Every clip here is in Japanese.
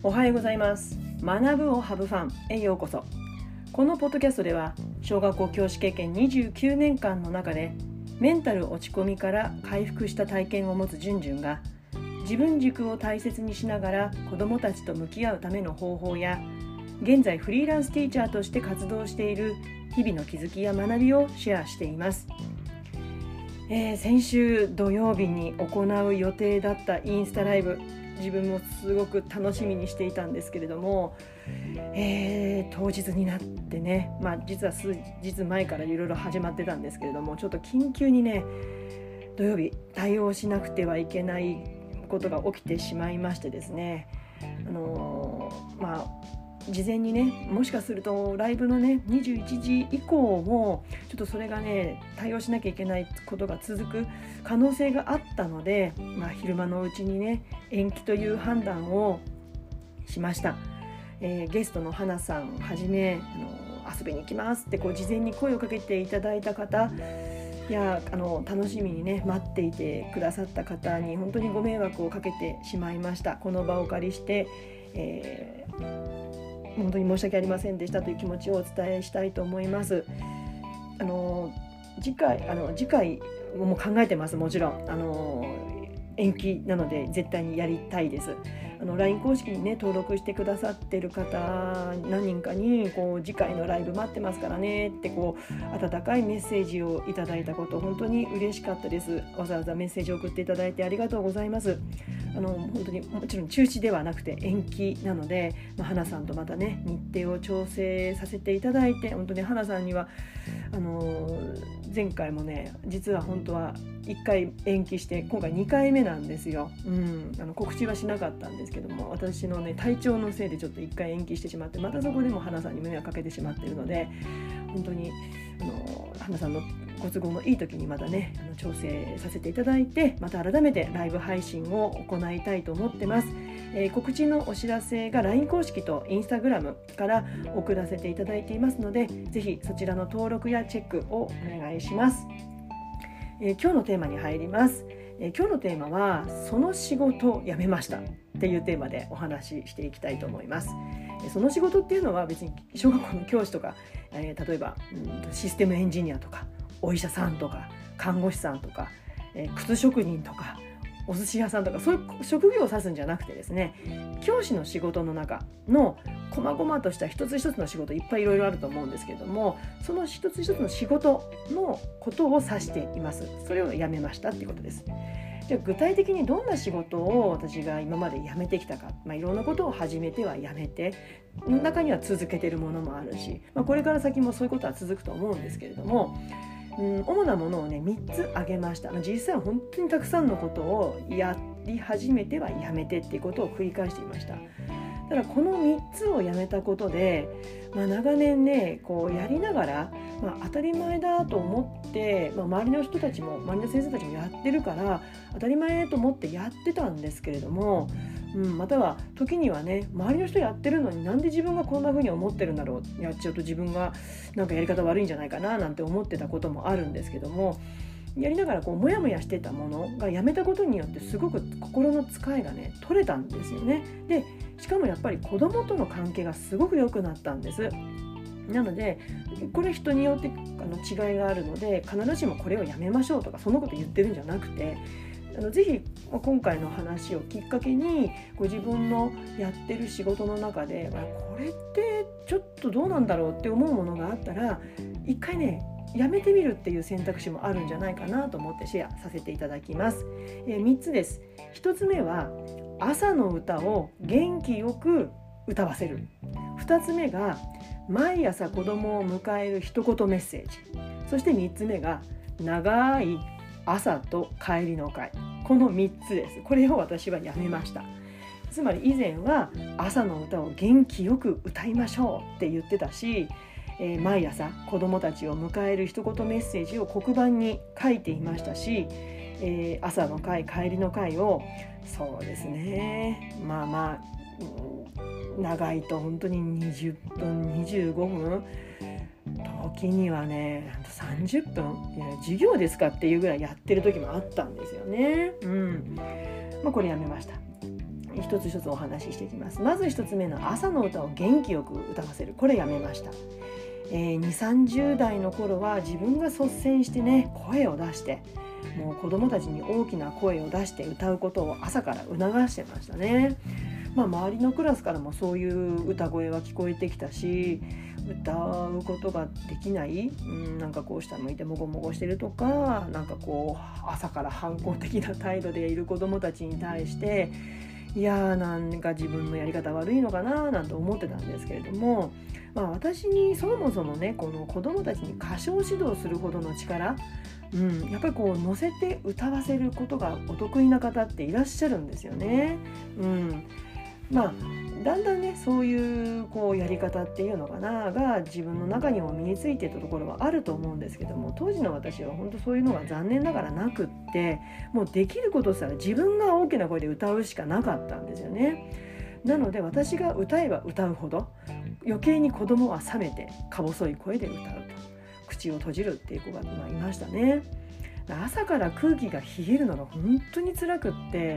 おはようございます。学ぶをハブファンへようこそ。このポッドキャストでは小学校教師経験29年間の中でメンタル落ち込みから回復した体験を持つじゅんじゅんが自分軸を大切にしながら子どもたちと向き合うための方法や現在フリーランスティーチャーとして活動している日々の気づきや学びをシェアしています。先週土曜日に行う予定だったインスタライブ、自分もすごく楽しみにしていたんですけれども、当日になってね、実は数日前からいろいろ始まってたんですけれども、ちょっと緊急にね土曜日対応しなくてはいけないことが起きてしまいましてですね、事前にね、もしかするとライブのね21時以降もちょっとそれがね対応しなきゃいけないことが続く可能性があったので、昼間のうちにね延期という判断をしました。ゲストの花さんはじめ遊びに行きますって事前に声をかけていただいた方や楽しみにね待っていてくださった方に本当にご迷惑をかけてしまいました。この場をお借りして、本当に申し訳ありませんでしたという気持ちをお伝えしたいと思います。次回も考えてます。もちろん延期なので絶対にやりたいです。LINE 公式にね登録してくださってる方何人かに次回のライブ待ってますからねって温かいメッセージをいただいたこと、本当に嬉しかったです。わざわざメッセージを送っていただいてありがとうございます。本当にもちろん中止ではなくて延期なので、花さんとまたね日程を調整させていただいて、本当に花さんには前回もね実は本当は1回延期して今回2回目なんですよ。告知はしなかったんですけども、私のね体調のせいでちょっと1回延期してしまって、またそこでも花さんに迷惑かけてしまっているので、本当に花さんのご都合のいい時にまたね調整させていただいて、また改めてライブ配信を行いたいと思ってます。告知のお知らせが LINE 公式と Instagram から送らせていただいていますので、ぜひそちらの登録やチェックをお願いします。今日のテーマに入ります。今日のテーマはその仕事を辞めましたっていうテーマでお話ししていきたいと思います。その仕事っていうのは別に小学校の教師とか、例えばシステムエンジニアとかお医者さんとか看護師さんとか、靴職人とかお寿司屋さんとかそういう職業を指すんじゃなくてですね、教師の仕事の中の細々とした一つ一つの仕事いっぱいいろいろあると思うんですけれども、その一つ一つの仕事のことを指しています。それを辞めましたっていうことです。じゃあ具体的にどんな仕事を私が今まで辞めてきたか、いろんなことを始めては辞めて、中には続けてるものもあるし、これから先もそういうことは続くと思うんですけれども、主なものをね3つ挙げました。実際は本当にたくさんのことをやり始めてはやめてっていうことを繰り返していました。ただこの3つをやめたことで、長年ねやりながら、当たり前だと思って、周りの人たちも周りの先生たちもやってるから当たり前と思ってやってたんですけれども、または時にはね周りの人やってるのになんで自分がこんな風に思ってるんだろう、やっちゃうと自分がなんかやり方悪いんじゃないかななんて思ってたこともあるんですけども、やりながらモヤモヤしてたものがやめたことによってすごく心の使いがね取れたんですよね。でしかもやっぱり子供との関係がすごく良くなったんです。なのでこれ人によって違いがあるので、必ずしもこれをやめましょうとかそんなこと言ってるんじゃなくて、ぜひ今回の話をきっかけにご自分のやってる仕事の中でこれってちょっとどうなんだろうって思うものがあったら一回ねやめてみるっていう選択肢もあるんじゃないかなと思ってシェアさせていただきます。3つです。1つ目は朝の歌を元気よく歌わせる。2つ目が毎朝子供を迎える一言メッセージ。そして3つ目が長い朝と帰りの会。この3つです。これを私はやめました。つまり以前は朝の歌を元気よく歌いましょうって言ってたし、毎朝子供たちを迎える一言メッセージを黒板に書いていましたし、朝の会帰りの会をそうですね長いと本当に20分25分時にはね30分授業ですかっていうぐらいやってる時もあったんですよね。これやめました。 一つ一つお話ししていきます。まず一つ目の朝の歌を元気よく歌わせる、これやめました。2、30代の頃は自分が率先してね声を出して、もう子どもたちに大きな声を出して歌うことを朝から促してましたね。周りのクラスからもそういう歌声は聞こえてきたし、歌うことができない、なんかこう下向いてもごもごしてるとか、なんかこう朝から反抗的な態度でいる子どもたちに対して、いやなんか自分のやり方悪いのかななんて思ってたんですけれども、私にそもそもねこの子どもたちに歌唱指導するほどの力、やっぱりこう乗せて歌わせることがお得意な方っていらっしゃるんですよね。だんだんねそういうやり方っていうのかなが自分の中にも身についていたところはあると思うんですけども、当時の私は本当そういうのが残念ながらなくって、もうできることしたら自分が大きな声で歌うしかなかったんですよね。なので私が歌えば歌うほど余計に子供は冷めてか細い声で歌うと、口を閉じるっていう子がいましたね。朝から空気が冷えるのが本当に辛くって、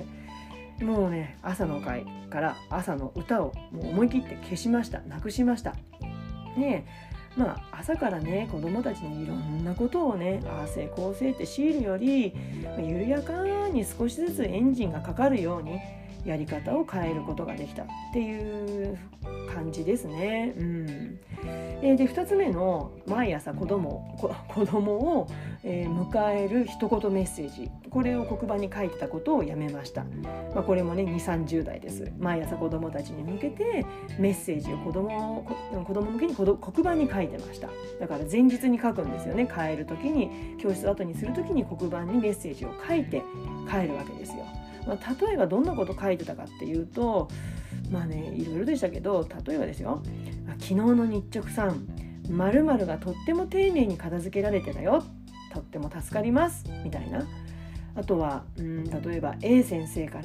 もうね朝の会から朝の歌をもう思い切って消しました。なくしましたね。朝からね子どもたちにいろんなことをねああせいこうせいって強いるより、緩やかに少しずつエンジンがかかるようにやり方を変えることができたっていう感じですね。で2つ目の毎朝子供を、迎える一言メッセージ、これを黒板に書いてたことをやめました。これもね2、30代です。毎朝子供たちに向けてメッセージを子供向けに黒板に書いてました。だから前日に書くんですよね。帰る時に教室後にする時に黒板にメッセージを書いて帰るわけですよ。例えばどんなこと書いてたかっていうと、いろいろでしたけど、例えばですよ、昨日の日直さん〇〇がとっても丁寧に片付けられてたよ、とっても助かりますみたいな。あとは例えば A 先生から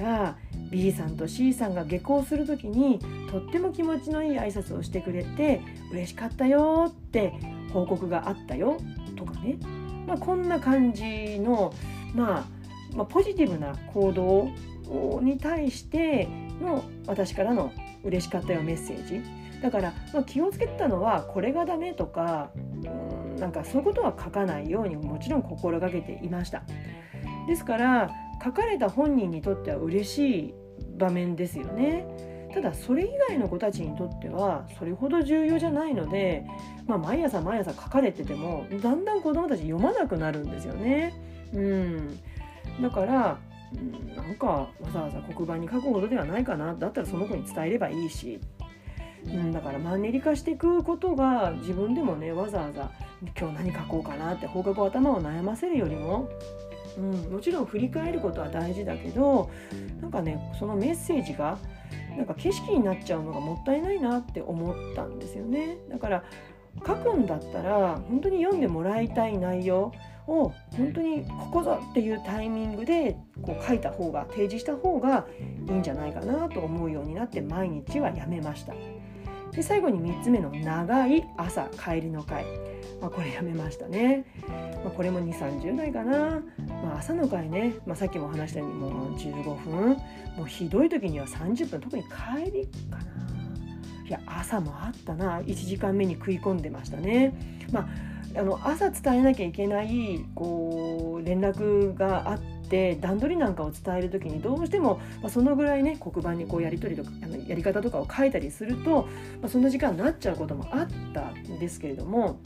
B さんと C さんが下校するときにとっても気持ちのいい挨拶をしてくれて嬉しかったよって報告があったよとかね。こんな感じのポジティブな行動に対しての私からの嬉しかったよメッセージだから、気をつけたのはこれがダメとかなんかそういうことは書かないようにもちろん心がけていました。ですから書かれた本人にとっては嬉しい場面ですよね。ただそれ以外の子たちにとってはそれほど重要じゃないので、毎朝書かれててもだんだん子どもたち読まなくなるんですよね。だからなんかわざわざ黒板に書くほどではないかな。だったらその子に伝えればいいし、だからマンネリ化していくことが自分でもねわざわざ今日何書こうかなって放課後頭を悩ませるよりも、もちろん振り返ることは大事だけど、なんかねそのメッセージがなんか景色になっちゃうのがもったいないなって思ったんですよね。だから書くんだったら本当に読んでもらいたい内容を本当にここぞっていうタイミングで書いた方が提示した方がいいんじゃないかなと思うようになって毎日はやめました。で最後に3つ目の長い朝帰りの会、これやめましたね。これも2、30代かな。朝の会ね、さっきも話したようにもう15分、もうひどい時には30分、特に帰りかな。いや朝もあったな。1時間目に食い込んでましたね。朝伝えなきゃいけない連絡があって段取りなんかを伝えるときにどうしても、そのぐらいね黒板にやり取りとかやり方とかを書いたりすると、そんな時間になっちゃうこともあったんですけれども、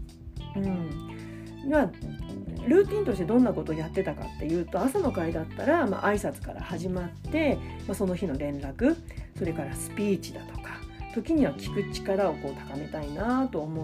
ルーティンとしてどんなことをやってたかっていうと、朝の会だったら、挨拶から始まって、その日の連絡、それからスピーチだとか、時には聞く力を高めたいなと思って、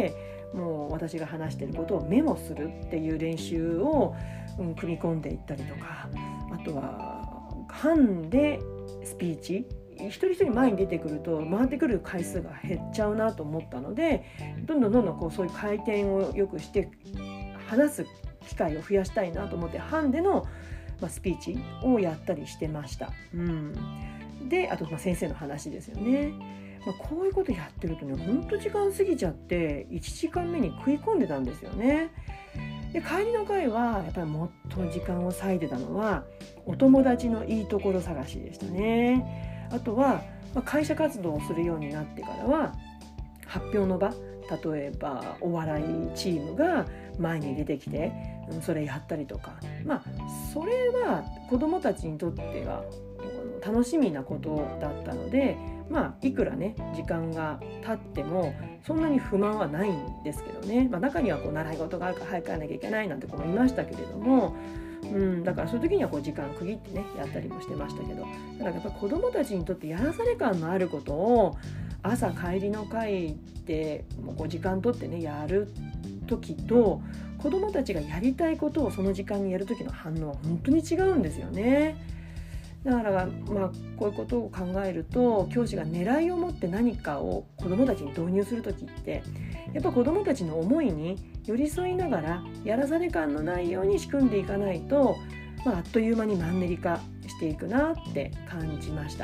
もう私が話していることをメモするっていう練習を、組み込んでいったりとか、あとは班でスピーチ、一人一人前に出てくると回ってくる回数が減っちゃうなと思ったので、どんどんそういう回転をよくして話す機会を増やしたいなと思って班での、スピーチをやったりしてました。であと先生の話ですよね。こういうことやってるとね、ほんと時間過ぎちゃって1時間目に食い込んでたんですよね。で帰りの会はやっぱりもっと時間を割いてたのはお友達のいいところ探しでしたね。 あとは、会社活動をするようになってからは発表の場、例えばお笑いチームが前に出てきてそれやったりとか、それは子どもたちにとっては楽しみなことだったので、いくらね時間が経ってもそんなに不満はないんですけどね、中には習い事があるから早く帰らなきゃいけないなんて子もいましたけれども、だからそういう時には時間区切ってねやったりもしてましたけど、だからやっぱり子どもたちにとってやらされ感のあることを朝帰りの会でもう時間取ってねやる時と、子どもたちがやりたいことをその時間にやる時の反応は本当に違うんですよね。だからこういうことを考えると、教師が狙いを持って何かを子どもたちに導入する時ってやっぱ子どもたちの思いに寄り添いながらやらされ感のないように仕組んでいかないと、あっという間にマンネリ化していくなって感じました。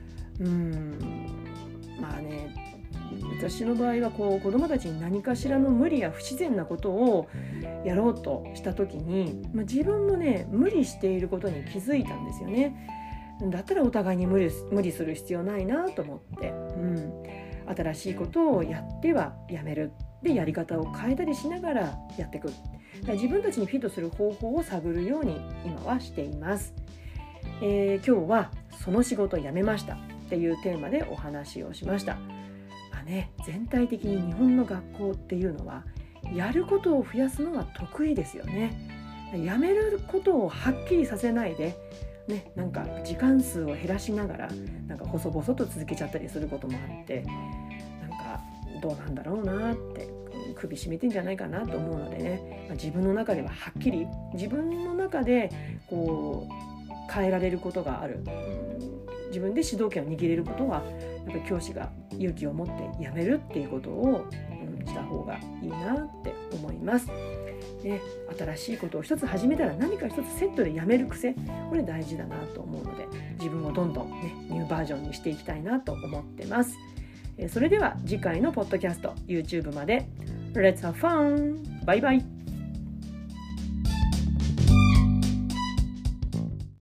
私の場合は子どもたちに何かしらの無理や不自然なことをやろうとした時に、自分もね無理していることに気づいたんですよね。だったらお互いに無理する必要ないなと思って、新しいことをやってはやめる、でやり方を変えたりしながらやっていく、自分たちにフィットする方法を探るように今はしています。今日はその仕事辞めましたっていうテーマでお話をしました。全体的に日本の学校っていうのはやることを増やすのは得意ですよね。やめることをはっきりさせないで時間数を減らしながら細々と続けちゃったりすることもあって、どうなんだろうなって首絞めてんじゃないかなと思うのでね、自分の中でははっきり自分の中で変えられることがある、自分で主導権を握れることはやっぱり教師が勇気を持ってやめるっていうことを、した方がいいなって思います。新しいことを一つ始めたら何か一つセットでやめる癖、これ大事だなと思うので、自分をどんどんニューバージョンにしていきたいなと思ってます。それでは次回のポッドキャスト YouTube まで Let's have fun! バイバイ。